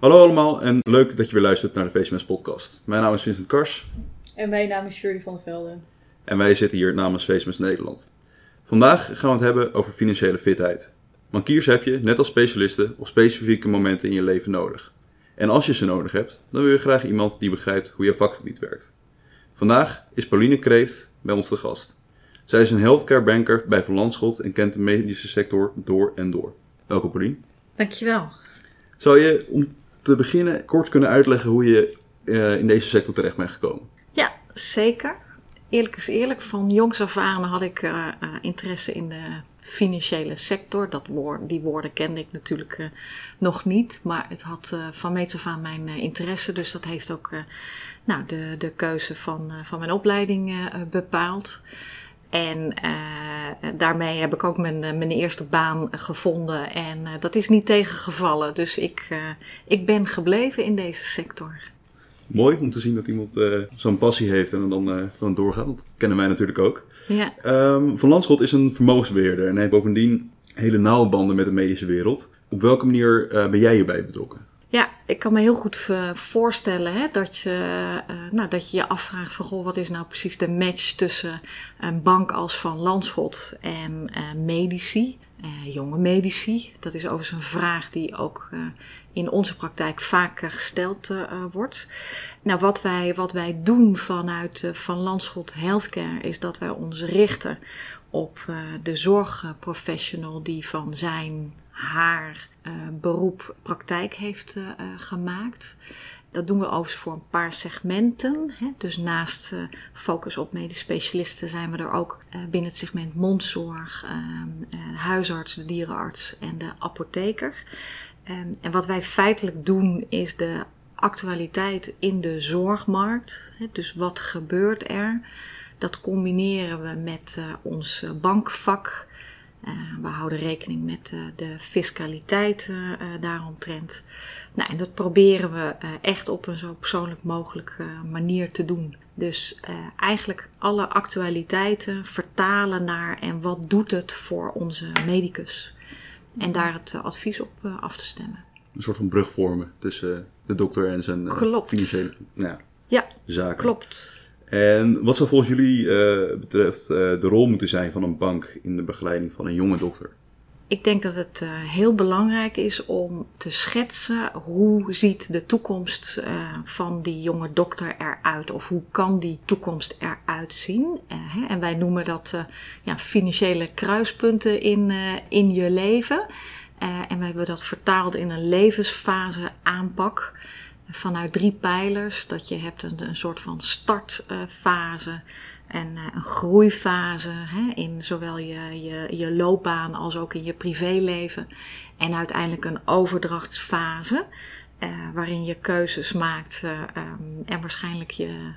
Hallo allemaal en leuk dat je weer luistert naar de VCMS podcast. Mijn naam is Vincent Kars. En mijn naam is Shirley van der Velde. En wij zitten hier namens VCMS Nederland. Vandaag gaan we het hebben over financiële fitheid. Bankiers heb je, net als specialisten, op specifieke momenten in je leven nodig. En als je ze nodig hebt, dan wil je graag iemand die begrijpt hoe je vakgebied werkt. Vandaag is Pauline Kreeft bij ons de gast. Zij is een healthcare banker bij Van Lanschot en kent de medische sector door en door. Welkom Pauline. Dankjewel. Zou je om te beginnen kort kunnen uitleggen hoe je in deze sector terecht bent gekomen? Ja, zeker. Eerlijk is eerlijk, van jongs af aan had ik interesse in de financiële sector. Die woorden kende ik natuurlijk nog niet, maar het had van meet af aan mijn interesse. Dus dat heeft ook de keuze van mijn opleiding bepaald. En daarmee heb ik ook mijn eerste baan gevonden en dat is niet tegengevallen. Dus ik ben gebleven in deze sector. Mooi om te zien dat iemand zo'n passie heeft en er dan van doorgaat. Dat kennen wij natuurlijk ook. Ja. Van Lanschot is een vermogensbeheerder en heeft bovendien hele nauwe banden met de medische wereld. Op welke manier ben jij hierbij betrokken? Ja, ik kan me heel goed voorstellen dat je je afvraagt van goh, wat is nou precies de match tussen een bank als Van Lanschot en medici, jonge medici. Dat is overigens een vraag die ook in onze praktijk vaak gesteld wordt. Nou, wat wij doen vanuit Van Lanschot Healthcare is dat wij ons richten op de zorgprofessional die van haar beroep praktijk heeft gemaakt. Dat doen we overigens voor een paar segmenten. Dus naast focus op medisch specialisten zijn we er ook binnen het segment mondzorg, huisarts, de dierenarts en de apotheker. En wat wij feitelijk doen is de actualiteit in de zorgmarkt. Dus wat gebeurt er? Dat combineren we met ons bankvak. We houden rekening met de fiscaliteit daaromtrent. Nou, en dat proberen we echt op een zo persoonlijk mogelijke manier te doen. Dus eigenlijk alle actualiteiten vertalen naar en wat doet het voor onze medicus. En daar het advies op af te stemmen. Een soort van brug vormen tussen de dokter en zijn financiële zaken. Klopt. En wat zou volgens jullie betreft de rol moeten zijn van een bank in de begeleiding van een jonge dokter? Ik denk dat het heel belangrijk is om te schetsen hoe ziet de toekomst van die jonge dokter eruit. Of hoe kan die toekomst eruit zien. En wij noemen dat financiële kruispunten in je leven. En we hebben dat vertaald in een levensfase aanpak. Vanuit 3 pijlers, dat je hebt een soort van startfase en een groeifase in zowel je loopbaan als ook in je privéleven. En uiteindelijk een overdrachtsfase waarin je keuzes maakt en waarschijnlijk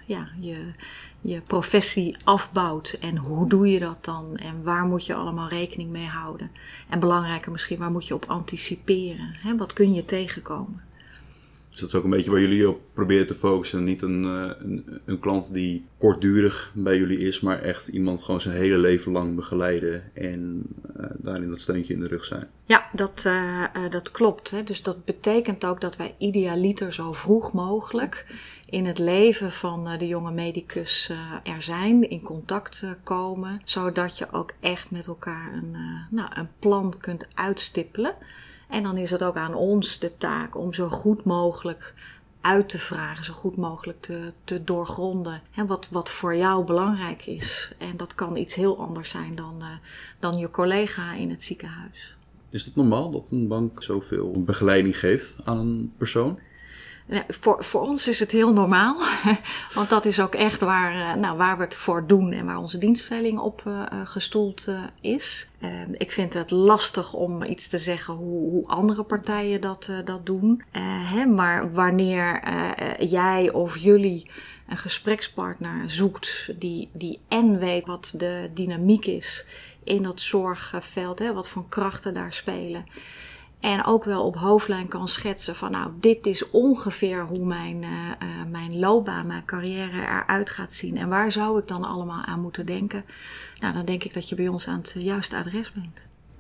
je professie afbouwt. En hoe doe je dat dan en waar moet je allemaal rekening mee houden? En belangrijker misschien, waar moet je op anticiperen? Wat kun je tegenkomen? Dus dat is ook een beetje waar jullie op proberen te focussen. Niet een klant die kortdurig bij jullie is, maar echt iemand gewoon zijn hele leven lang begeleiden en daarin dat steuntje in de rug zijn. Ja, dat klopt. Dus dat betekent ook dat wij idealiter zo vroeg mogelijk in het leven van de jonge medicus er zijn, in contact komen, zodat je ook echt met elkaar een plan kunt uitstippelen. En dan is het ook aan ons de taak om zo goed mogelijk uit te vragen, zo goed mogelijk te doorgronden wat voor jou belangrijk is. En dat kan iets heel anders zijn dan je collega in het ziekenhuis. Is het normaal dat een bank zoveel begeleiding geeft aan een persoon? Voor ons is het heel normaal, want dat is ook echt waar we het voor doen en waar onze dienstverlening op gestoeld is. Ik vind het lastig om iets te zeggen hoe andere partijen dat doen. Maar wanneer jij of jullie een gesprekspartner zoekt die en weet wat de dynamiek is in dat zorgveld, wat voor krachten daar spelen. En ook wel op hoofdlijn kan schetsen van dit is ongeveer hoe mijn loopbaan, mijn carrière eruit gaat zien. En waar zou ik dan allemaal aan moeten denken? Nou, dan denk ik dat je bij ons aan het juiste adres bent.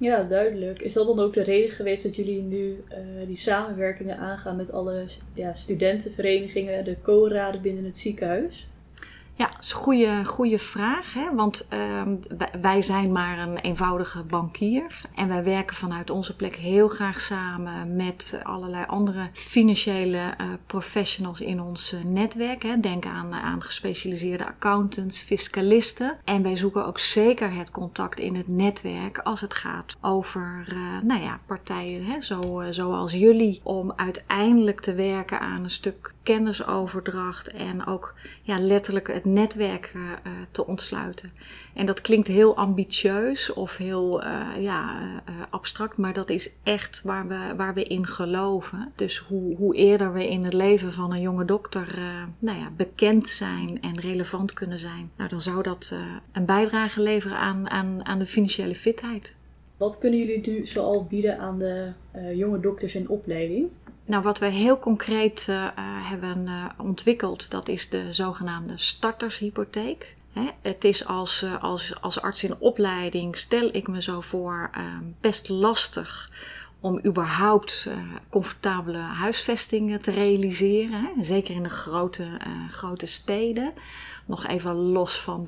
Ja, duidelijk. Is dat dan ook de reden geweest dat jullie nu die samenwerkingen aangaan met alle studentenverenigingen, de co-raden binnen het ziekenhuis? Ja, dat is een goede vraag. Hè? Want wij zijn maar een eenvoudige bankier. En wij werken vanuit onze plek heel graag samen met allerlei andere financiële professionals in ons netwerk. Hè? Denk aan gespecialiseerde accountants, fiscalisten. En wij zoeken ook zeker het contact in het netwerk als het gaat over partijen zoals jullie. Om uiteindelijk te werken aan een stuk kennisoverdracht en ook letterlijk het netwerk te ontsluiten. En dat klinkt heel ambitieus of heel abstract, maar dat is echt waar we in geloven. Dus hoe eerder we in het leven van een jonge dokter bekend zijn en relevant kunnen zijn, dan zou dat een bijdrage leveren aan de financiële fitheid. Wat kunnen jullie nu zoal bieden aan de jonge dokters in opleiding? Nou, wat we heel concreet hebben ontwikkeld, dat is de zogenaamde startershypotheek. Het is als arts in opleiding, stel ik me zo voor, best lastig om überhaupt comfortabele huisvestingen te realiseren. Zeker in de grote steden. Nog even los van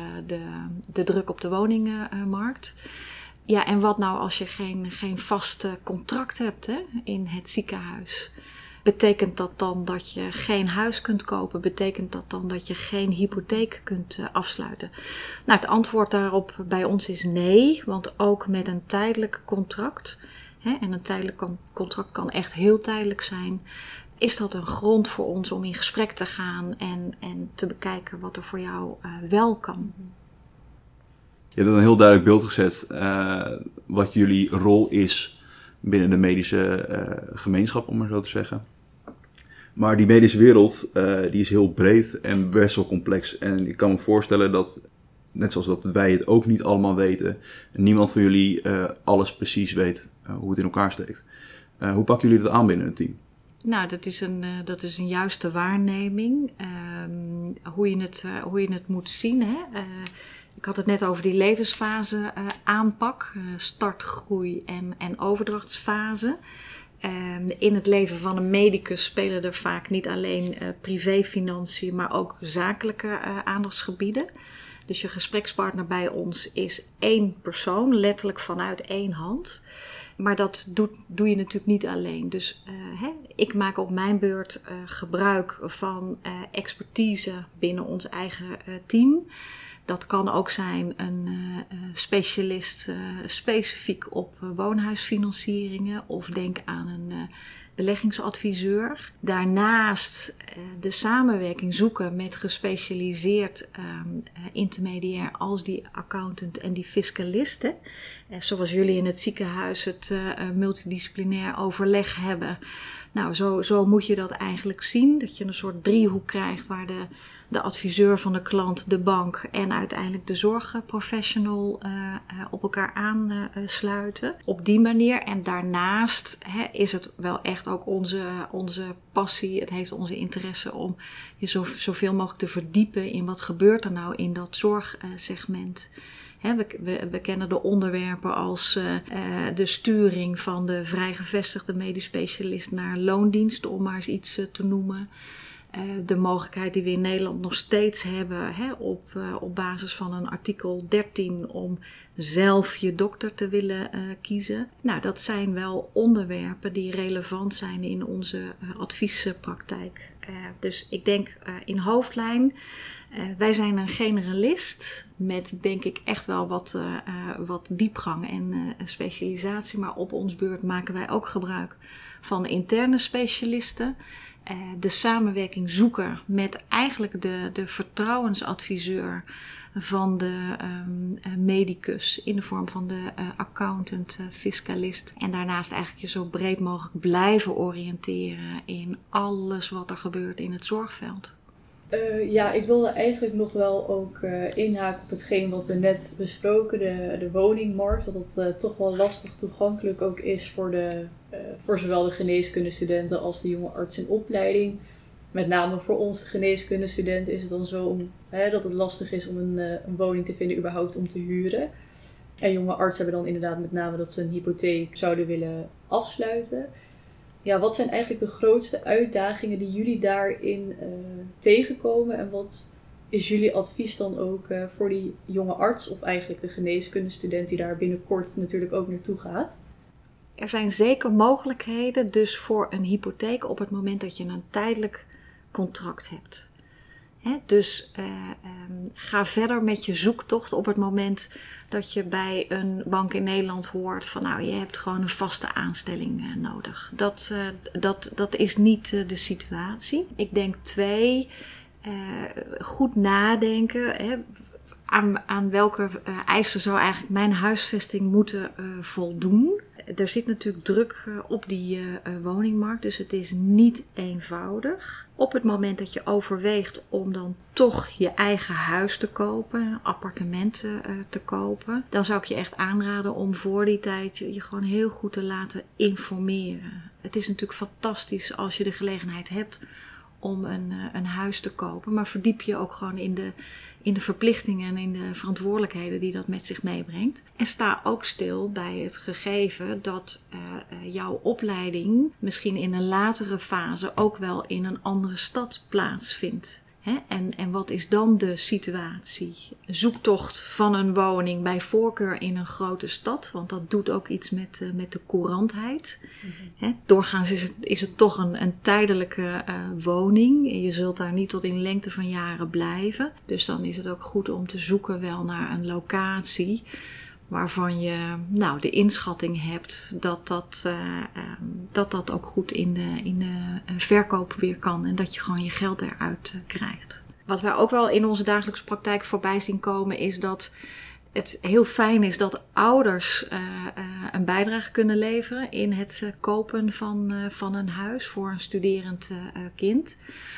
de druk op de woningmarkt. Ja, en wat nou als je geen vast contract hebt in het ziekenhuis? Betekent dat dan dat je geen huis kunt kopen? Betekent dat dan dat je geen hypotheek kunt afsluiten? Nou, het antwoord daarop bij ons is nee, want ook met een tijdelijk contract, en een tijdelijk contract kan echt heel tijdelijk zijn, is dat een grond voor ons om in gesprek te gaan en te bekijken wat er voor jou wel kan. Je hebt een heel duidelijk beeld gezet wat jullie rol is binnen de medische gemeenschap, om maar zo te zeggen. Maar die medische wereld die is heel breed en best wel complex. En ik kan me voorstellen dat, net zoals dat wij het ook niet allemaal weten, niemand van jullie alles precies weet hoe het in elkaar steekt. Hoe pakken jullie dat aan binnen het team? Nou, dat is een juiste waarneming. Hoe je het moet zien, hè? Ik had het net over die levensfase aanpak, start, groei en overdrachtsfase. In het leven van een medicus spelen er vaak niet alleen privéfinanciën, maar ook zakelijke aandachtsgebieden. Dus je gesprekspartner bij ons is één persoon, letterlijk vanuit één hand. Maar dat doe je natuurlijk niet alleen. Dus ik maak op mijn beurt gebruik van expertise binnen ons eigen team. Dat kan ook zijn een specialist specifiek op woonhuisfinancieringen of denk aan een beleggingsadviseur. Daarnaast de samenwerking zoeken met gespecialiseerd intermediair als die accountant en die fiscalisten. Zoals jullie in het ziekenhuis het multidisciplinair overleg hebben. Nou, zo moet je dat eigenlijk zien. Dat je een soort driehoek krijgt waar de adviseur van de klant, de bank en uiteindelijk de zorgprofessional op elkaar aansluiten. Op die manier. En daarnaast is het wel echt ook onze passie. Het heeft onze interesse om je zoveel mogelijk te verdiepen in wat gebeurt er nou in dat zorgsegment. We kennen de onderwerpen als de sturing van de vrijgevestigde medisch specialist naar loondienst, om maar eens iets te noemen. De mogelijkheid die we in Nederland nog steeds hebben op basis van een artikel 13 om zelf je dokter te willen kiezen. Nou, dat zijn wel onderwerpen die relevant zijn in onze adviespraktijk. Dus ik denk in hoofdlijn, wij zijn een generalist met denk ik echt wel wat diepgang en specialisatie. Maar op ons beurt maken wij ook gebruik van interne specialisten. De samenwerking zoeken met eigenlijk de vertrouwensadviseur van de medicus in de vorm van de accountant, fiscalist. En daarnaast eigenlijk je zo breed mogelijk blijven oriënteren in alles wat er gebeurt in het zorgveld. Ik wilde eigenlijk nog wel ook inhaken op hetgeen wat we net besproken, de woningmarkt. Dat het toch wel lastig toegankelijk ook is voor zowel de geneeskundestudenten als de jonge arts in opleiding. Met name voor ons, de geneeskundestudenten, is het dan zo dat het lastig is om een woning te vinden überhaupt om te huren. En jonge artsen hebben dan inderdaad met name dat ze een hypotheek zouden willen afsluiten. Ja, wat zijn eigenlijk de grootste uitdagingen die jullie daarin tegenkomen? En wat is jullie advies dan ook voor die jonge arts of eigenlijk de geneeskundestudent die daar binnenkort natuurlijk ook naartoe gaat? Er zijn zeker mogelijkheden dus voor een hypotheek op het moment dat je een tijdelijk contract hebt. Dus ga verder met je zoektocht op het moment dat je bij een bank in Nederland hoort van nou, je hebt gewoon een vaste aanstelling nodig. Dat is niet de situatie. Ik denk 2, goed nadenken. Aan welke eisen zou eigenlijk mijn huisvesting moeten voldoen. Er zit natuurlijk druk op die woningmarkt, dus het is niet eenvoudig. Op het moment dat je overweegt om dan toch je eigen huis te kopen, appartementen te kopen, dan zou ik je echt aanraden om voor die tijd je gewoon heel goed te laten informeren. Het is natuurlijk fantastisch als je de gelegenheid hebt om een huis te kopen, maar verdiep je ook gewoon in de verplichtingen en in de verantwoordelijkheden die dat met zich meebrengt. En sta ook stil bij het gegeven dat jouw opleiding misschien in een latere fase ook wel in een andere stad plaatsvindt. En wat is dan de situatie? Zoektocht van een woning bij voorkeur in een grote stad, want dat doet ook iets met de courantheid. Mm-hmm. Doorgaans is het toch een tijdelijke woning. Je zult daar niet tot in lengte van jaren blijven. Dus dan is het ook goed om te zoeken wel naar een locatie waarvan je de inschatting hebt dat ook goed in de verkoop weer kan en dat je gewoon je geld eruit krijgt. Wat wij ook wel in onze dagelijkse praktijk voorbij zien komen is dat het heel fijn is dat ouders een bijdrage kunnen leveren in het kopen van een huis voor een studerend kind.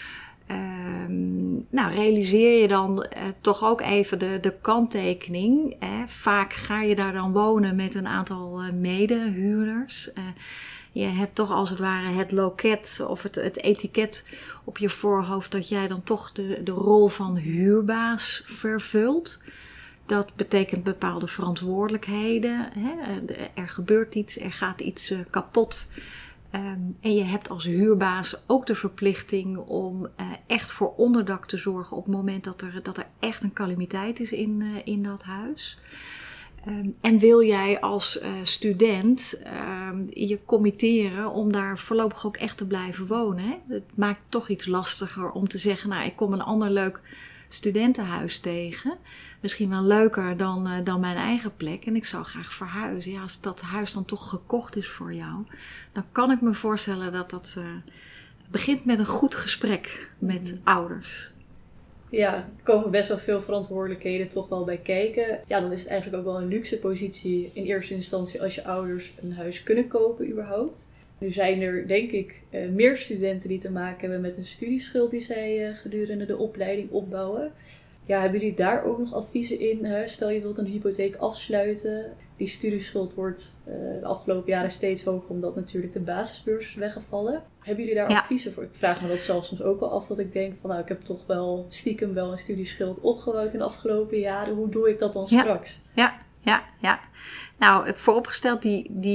Realiseer je dan toch ook even de kanttekening. Vaak ga je daar dan wonen met een aantal medehuurders. Je hebt toch als het ware het loket of het etiket op je voorhoofd dat jij dan toch de rol van huurbaas vervult. Dat betekent bepaalde verantwoordelijkheden. Er gebeurt iets, er gaat iets kapot. En je hebt als huurbaas ook de verplichting om echt voor onderdak te zorgen op het moment dat er echt een calamiteit is in dat huis. En wil jij als student je committeren om daar voorlopig ook echt te blijven wonen. Hè? Het maakt toch iets lastiger om te zeggen, ik kom een ander leuk studentenhuis tegen. Misschien wel leuker dan mijn eigen plek. En ik zou graag verhuizen. Ja, als dat huis dan toch gekocht is voor jou, dan kan ik me voorstellen dat begint met een goed gesprek met ouders. Ja, er komen best wel veel verantwoordelijkheden toch wel bij kijken. Ja, dan is het eigenlijk ook wel een luxe positie in eerste instantie als je ouders een huis kunnen kopen überhaupt. Nu zijn er denk ik meer studenten die te maken hebben met een studieschuld die zij gedurende de opleiding opbouwen. Ja, hebben jullie daar ook nog adviezen in? Stel je wilt een hypotheek afsluiten. Die studieschuld wordt de afgelopen jaren steeds hoger omdat natuurlijk de basisbeurs is weggevallen. Hebben jullie daar adviezen voor? Ik vraag me dat zelfs soms ook wel af dat ik denk van ik heb toch wel stiekem wel een studieschuld opgebouwd in de afgelopen jaren. Hoe doe ik dat dan straks? Ja. Nou, vooropgesteld,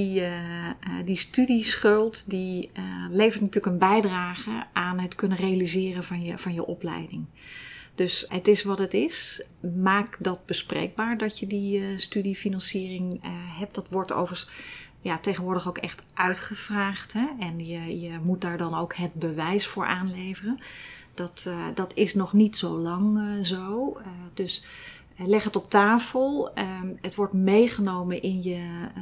die studieschuld die levert natuurlijk een bijdrage aan het kunnen realiseren van je opleiding. Dus het is wat het is. Maak dat bespreekbaar dat je die studiefinanciering hebt. Dat wordt overigens tegenwoordig ook echt uitgevraagd. Hè? En je moet daar dan ook het bewijs voor aanleveren. Dat is nog niet zo lang zo. Dus leg het op tafel. Het wordt meegenomen in je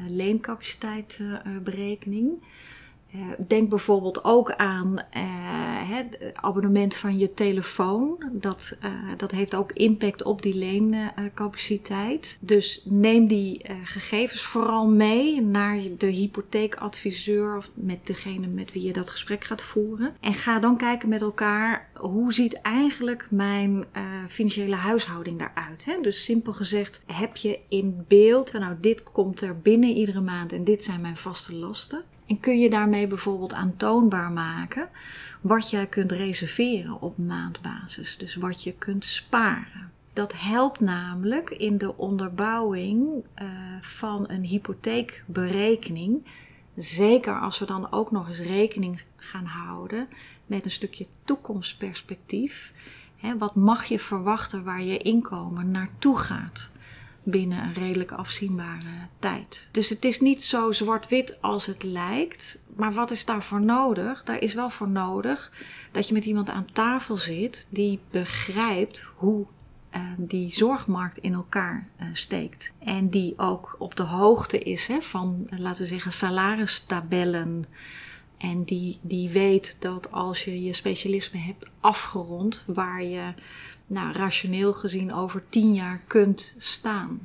leencapaciteitsberekening. Denk bijvoorbeeld ook aan het abonnement van je telefoon. Dat heeft ook impact op die leencapaciteit. Dus neem die gegevens vooral mee naar de hypotheekadviseur of met degene met wie je dat gesprek gaat voeren. En ga dan kijken met elkaar, hoe ziet eigenlijk mijn financiële huishouding daaruit? Hè? Dus simpel gezegd, heb je in beeld, dit komt er binnen iedere maand en dit zijn mijn vaste lasten. En kun je daarmee bijvoorbeeld aantoonbaar maken wat jij kunt reserveren op maandbasis. Dus wat je kunt sparen. Dat helpt namelijk in de onderbouwing van een hypotheekberekening. Zeker als we dan ook nog eens rekening gaan houden met een stukje toekomstperspectief. Wat mag je verwachten waar je inkomen naartoe gaat binnen een redelijk afzienbare tijd. Dus het is niet zo zwart-wit als het lijkt. Maar wat is daarvoor nodig? Daar is wel voor nodig dat je met iemand aan tafel zit die begrijpt hoe die zorgmarkt in elkaar steekt. En die ook op de hoogte is van, laten we zeggen, salaristabellen. En die weet dat als je je specialisme hebt afgerond, waar je rationeel gezien over 10 jaar kunt staan.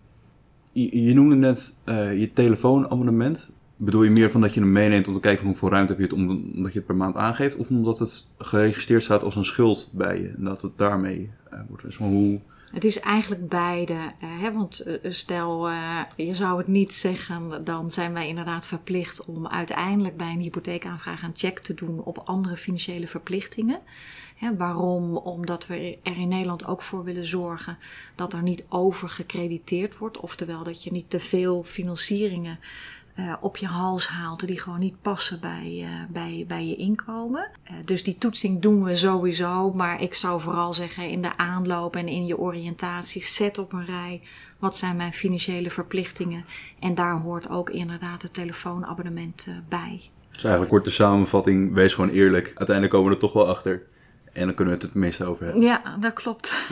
Je noemde net je telefoonabonnement. Bedoel je meer van dat je hem meeneemt om te kijken hoeveel ruimte heb je het omdat je het per maand aangeeft? Of omdat het geregistreerd staat als een schuld bij je en dat het daarmee wordt? Dus hoe... Het is eigenlijk beide. Want stel, je zou het niet zeggen, dan zijn wij inderdaad verplicht om uiteindelijk bij een hypotheekaanvraag een check te doen op andere financiële verplichtingen. Waarom? Omdat we er in Nederland ook voor willen zorgen dat er niet overgecrediteerd wordt. Oftewel dat je niet te veel financieringen op je hals haalt die gewoon niet passen bij je inkomen. Dus die toetsing doen we sowieso, maar ik zou vooral zeggen in de aanloop en in je oriëntatie, zet op een rij wat zijn mijn financiële verplichtingen en daar hoort ook inderdaad het telefoonabonnement bij. Dus eigenlijk wordt de samenvatting, wees gewoon eerlijk, uiteindelijk komen we er toch wel achter. En dan kunnen we het meeste over hebben. Ja, dat klopt.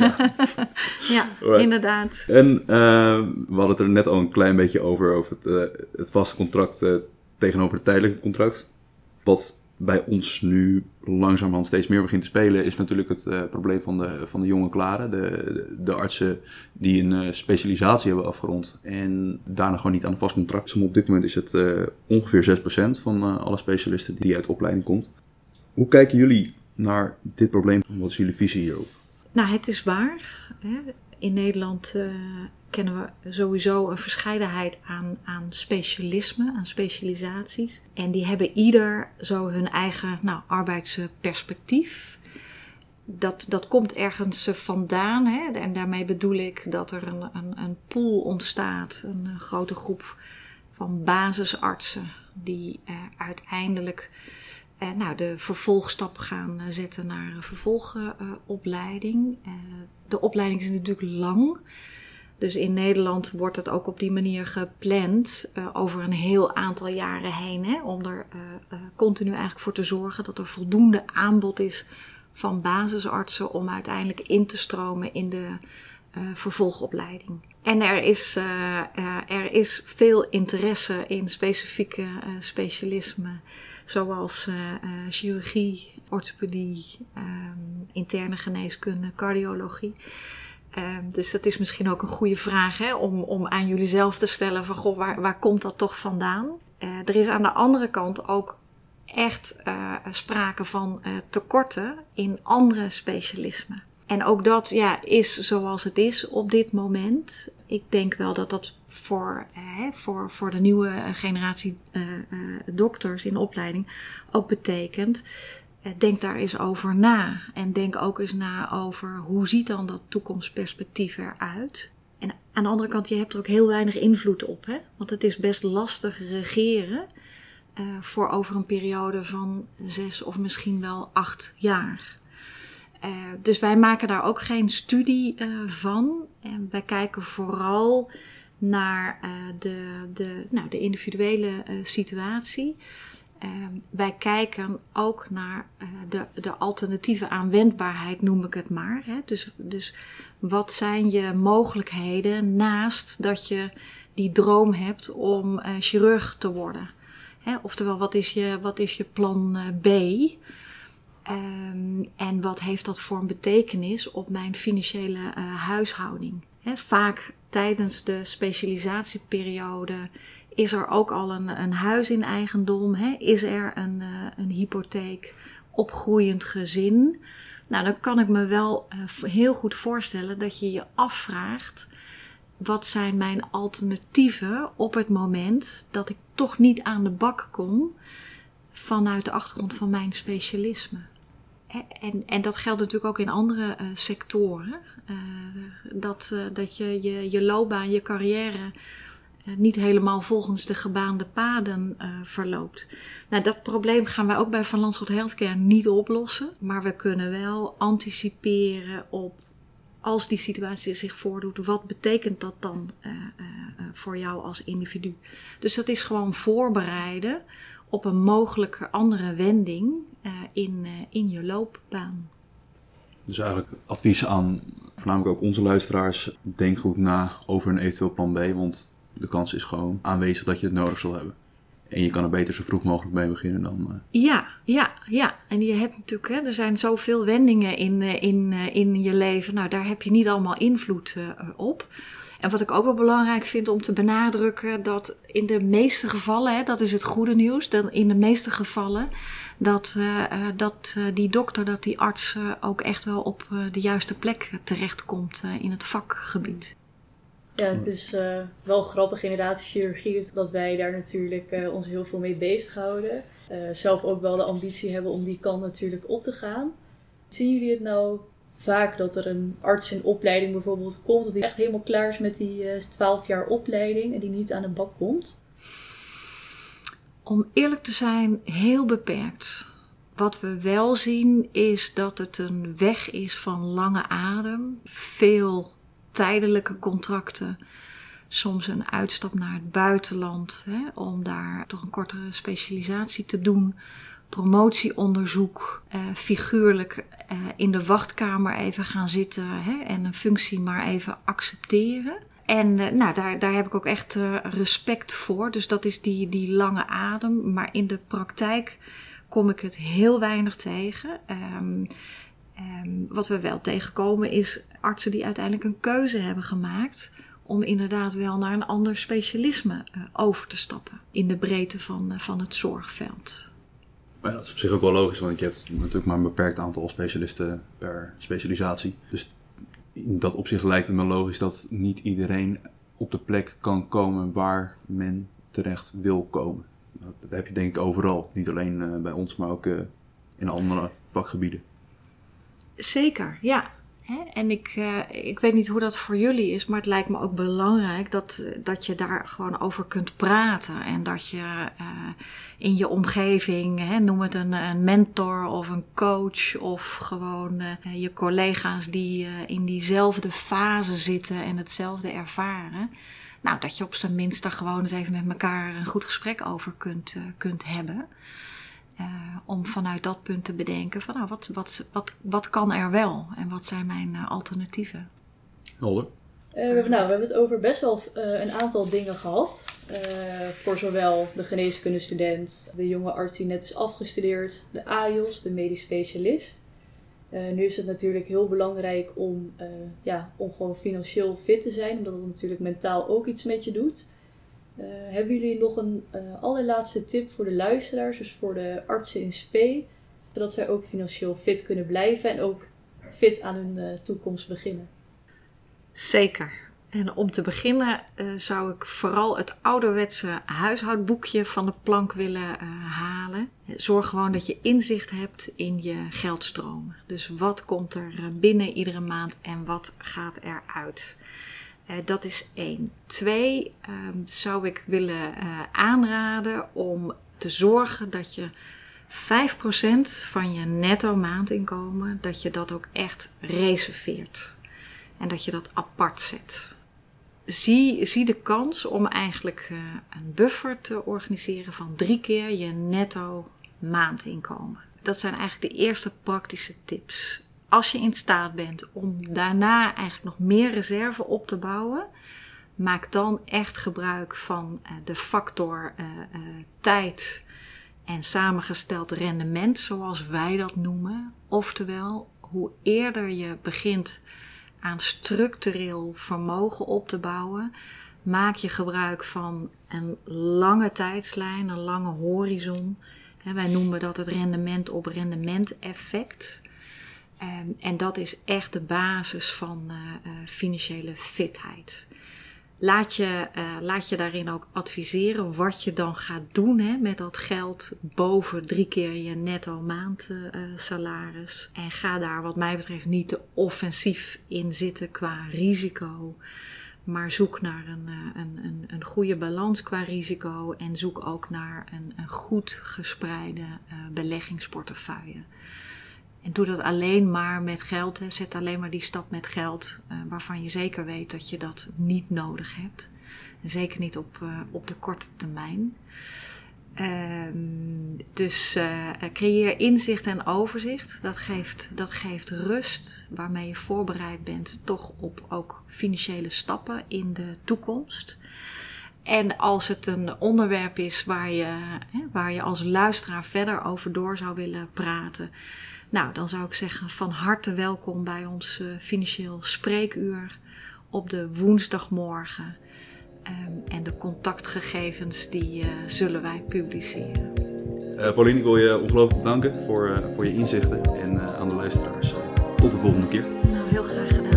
Ja, inderdaad. En we hadden het er net al een klein beetje over het vaste contract tegenover het tijdelijke contract. Wat bij ons nu langzamerhand steeds meer begint te spelen is natuurlijk het probleem van de jonge klaren. De artsen die een specialisatie hebben afgerond en daarna gewoon niet aan een vast contract. Dus op dit moment is het ongeveer 6% van alle specialisten die uit de opleiding komt. Hoe kijken jullie naar dit probleem? Wat is jullie visie hierop? Nou, het is waar. In Nederland kennen we sowieso een verscheidenheid aan specialismen, aan specialisaties. En die hebben ieder zo hun eigen arbeidsperspectief. Dat komt ergens vandaan. En daarmee bedoel ik dat er een pool ontstaat. Een grote groep van basisartsen die uiteindelijk de vervolgstap gaan zetten naar een vervolgopleiding. De opleiding is natuurlijk lang. Dus in Nederland wordt het ook op die manier gepland over een heel aantal jaren heen. Om er continu eigenlijk voor te zorgen dat er voldoende aanbod is van basisartsen om uiteindelijk in te stromen in de vervolgopleiding. En er is veel interesse in specifieke specialismen, zoals chirurgie, orthopedie, interne geneeskunde, cardiologie. Dus dat is misschien ook een goede vraag om aan jullie zelf te stellen van goh, waar komt dat toch vandaan? Er is aan de andere kant ook echt sprake van tekorten in andere specialismen. En ook dat is zoals het is op dit moment. Ik denk wel dat dat voor de nieuwe generatie dokters in de opleiding ook betekent. Denk daar eens over na. En denk ook eens na over hoe ziet dan dat toekomstperspectief eruit. En aan de andere kant, je hebt er ook heel weinig invloed op. Want het is best lastig regeren voor over een periode van 6 of misschien wel 8 jaar. Dus wij maken daar ook geen studie van. En wij kijken vooral naar de individuele situatie. Wij kijken ook naar de alternatieve aanwendbaarheid, noem ik het maar. Dus wat zijn je mogelijkheden naast dat je die droom hebt om chirurg te worden? Oftewel, wat is je plan B? En wat heeft dat voor een betekenis op mijn financiële huishouding? Vaak tijdens de specialisatieperiode is er ook al een huis in eigendom. Is er een hypotheek, opgroeiend gezin? Nou, dan kan ik me wel heel goed voorstellen dat je je afvraagt, wat zijn mijn alternatieven op het moment dat ik toch niet aan de bak kom vanuit de achtergrond van mijn specialisme? En dat geldt natuurlijk ook in andere sectoren. Dat je loopbaan, je carrière niet helemaal volgens de gebaande paden verloopt. Nou, dat probleem gaan wij ook bij Van Lanschot Healthcare niet oplossen. Maar we kunnen wel anticiperen op, als die situatie zich voordoet, wat betekent dat dan voor jou als individu? Dus dat is gewoon voorbereiden op een mogelijke andere wending in je loopbaan. Dus eigenlijk advies aan voornamelijk ook onze luisteraars. Denk goed na over een eventueel plan B, want de kans is gewoon aanwezig dat je het nodig zal hebben. En je kan er beter zo vroeg mogelijk mee beginnen dan... Ja. En je hebt natuurlijk, er zijn zoveel wendingen in je leven. Nou, daar heb je niet allemaal invloed op. En wat ik ook wel belangrijk vind om te benadrukken, dat in de meeste gevallen, dat is het goede nieuws, dat in de meeste gevallen dat die dokter, dat die arts ook echt wel op de juiste plek terechtkomt in het vakgebied. Ja, het is wel grappig inderdaad, chirurgie, dat wij daar natuurlijk ons heel veel mee bezighouden. Zelf ook wel de ambitie hebben om die kant natuurlijk op te gaan. Zien jullie het nou vaak dat er een arts in opleiding bijvoorbeeld komt, of die echt helemaal klaar is met die 12 jaar opleiding en die niet aan de bak komt? Om eerlijk te zijn, heel beperkt. Wat we wel zien is dat het een weg is van lange adem, veel tijdelijke contracten, soms een uitstap naar het buitenland, om daar toch een kortere specialisatie te doen. Promotieonderzoek, figuurlijk in de wachtkamer even gaan zitten en een functie maar even accepteren. En daar heb ik ook echt respect voor. Dus dat is die lange adem. Maar in de praktijk kom ik het heel weinig tegen. Wat we wel tegenkomen is artsen die uiteindelijk een keuze hebben gemaakt om inderdaad wel naar een ander specialisme over te stappen in de breedte van het zorgveld. Maar dat is op zich ook wel logisch, want je hebt natuurlijk maar een beperkt aantal specialisten per specialisatie. Dus in dat opzicht lijkt het me logisch dat niet iedereen op de plek kan komen waar men terecht wil komen. Dat heb je denk ik overal. Niet alleen bij ons, maar ook in andere vakgebieden. Zeker, ja. En ik weet niet hoe dat voor jullie is, maar het lijkt me ook belangrijk dat je daar gewoon over kunt praten. En dat je in je omgeving, noem het een mentor of een coach of gewoon je collega's die in diezelfde fase zitten en hetzelfde ervaren. Nou, dat je op zijn minst daar gewoon eens even met elkaar een goed gesprek over kunt hebben. Om vanuit dat punt te bedenken van wat kan er wel en wat zijn mijn alternatieven. Helder. We hebben het over best wel een aantal dingen gehad. Voor zowel de geneeskundestudent, de jonge arts die net is afgestudeerd, de AJOS, de medisch specialist. Nu is het natuurlijk heel belangrijk om gewoon financieel fit te zijn, omdat het natuurlijk mentaal ook iets met je doet. Hebben jullie nog een allerlaatste tip voor de luisteraars, dus voor de artsen in spe, zodat zij ook financieel fit kunnen blijven en ook fit aan hun toekomst beginnen? Zeker. En om te beginnen zou ik vooral het ouderwetse huishoudboekje van de plank willen halen. Zorg gewoon dat je inzicht hebt in je geldstromen. Dus wat komt er binnen iedere maand en wat gaat eruit? Dat is 1. 2, zou ik willen aanraden om te zorgen dat je 5% van je netto maandinkomen, dat je dat ook echt reserveert. En dat je dat apart zet. Zie de kans om eigenlijk een buffer te organiseren van 3 keer je netto maandinkomen. Dat zijn eigenlijk de eerste praktische tips. Als je in staat bent om daarna eigenlijk nog meer reserve op te bouwen, maak dan echt gebruik van de factor tijd en samengesteld rendement, zoals wij dat noemen. Oftewel, hoe eerder je begint aan structureel vermogen op te bouwen, maak je gebruik van een lange tijdslijn, een lange horizon. Wij noemen dat het rendement op rendement effect. En dat is echt de basis van financiële fitheid. Laat je daarin ook adviseren wat je dan gaat doen met dat geld boven 3 keer je netto maandsalaris. En ga daar wat mij betreft niet te offensief in zitten qua risico. Maar zoek naar een goede balans qua risico. En zoek ook naar een goed gespreide beleggingsportefeuille. En doe dat alleen maar met geld. Zet alleen maar die stap met geld waarvan je zeker weet dat je dat niet nodig hebt. En zeker niet op de korte termijn. Dus creëer inzicht en overzicht. Dat geeft rust waarmee je voorbereid bent toch op ook financiële stappen in de toekomst. En als het een onderwerp is waar je als luisteraar verder over door zou willen praten. Nou, dan zou ik zeggen van harte welkom bij ons financieel spreekuur op de woensdagmorgen. En de contactgegevens die zullen wij publiceren. Pauline, ik wil je ongelooflijk bedanken voor je inzichten en aan de luisteraars. Tot de volgende keer. Nou, heel graag gedaan.